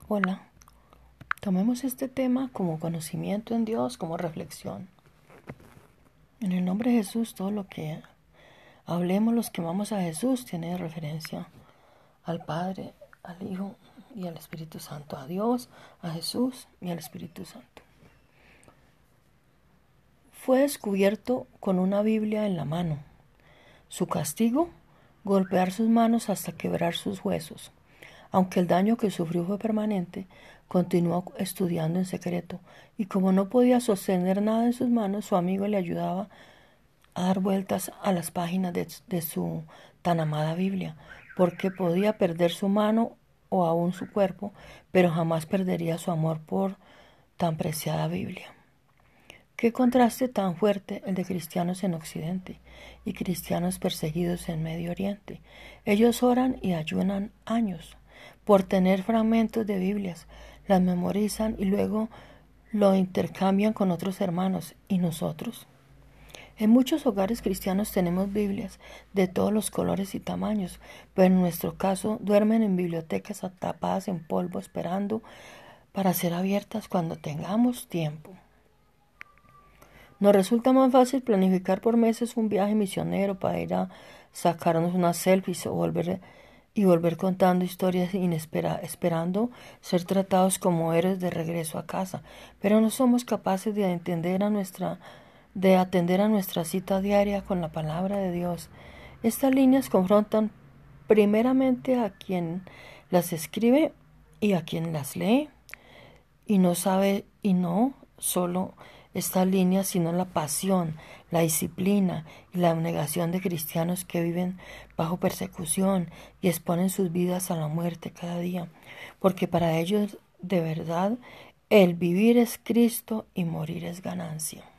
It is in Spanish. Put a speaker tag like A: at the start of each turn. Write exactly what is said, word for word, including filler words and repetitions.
A: Hola, tomemos este tema como conocimiento en Dios, como reflexión. En el nombre de Jesús, todo lo que hablemos los que amamos a Jesús tiene referencia al Padre, al Hijo y al Espíritu Santo, a Dios, a Jesús y al Espíritu Santo. Fue descubierto con una Biblia en la mano. Su castigo, golpear sus manos hasta quebrar sus huesos. Aunque el daño que sufrió fue permanente, continuó estudiando en secreto, y como no podía sostener nada en sus manos, su amigo le ayudaba a dar vueltas a las páginas de, de su tan amada Biblia, porque podía perder su mano o aún su cuerpo, pero jamás perdería su amor por tan preciada Biblia. Qué contraste tan fuerte el de cristianos en Occidente y cristianos perseguidos en Medio Oriente. Ellos oran y ayunan años por tener fragmentos de Biblias, las memorizan y luego lo intercambian con otros hermanos. ¿Y nosotros? En muchos hogares cristianos tenemos Biblias de todos los colores y tamaños, pero en nuestro caso duermen en bibliotecas tapadas en polvo esperando para ser abiertas cuando tengamos tiempo. Nos resulta más fácil planificar por meses un viaje misionero para ir a sacarnos unas selfies o volver y volver contando historias inesperadas, esperando ser tratados como héroes de regreso a casa, pero no somos capaces de entender a nuestra de atender a nuestra cita diaria con la palabra de Dios. Estas líneas confrontan primeramente a quien las escribe y a quien las lee, y no sabe y no solo estas líneas, sino la pasión, la disciplina y la abnegación de cristianos que viven bajo persecución y exponen sus vidas a la muerte cada día, porque para ellos de verdad el vivir es Cristo y morir es ganancia.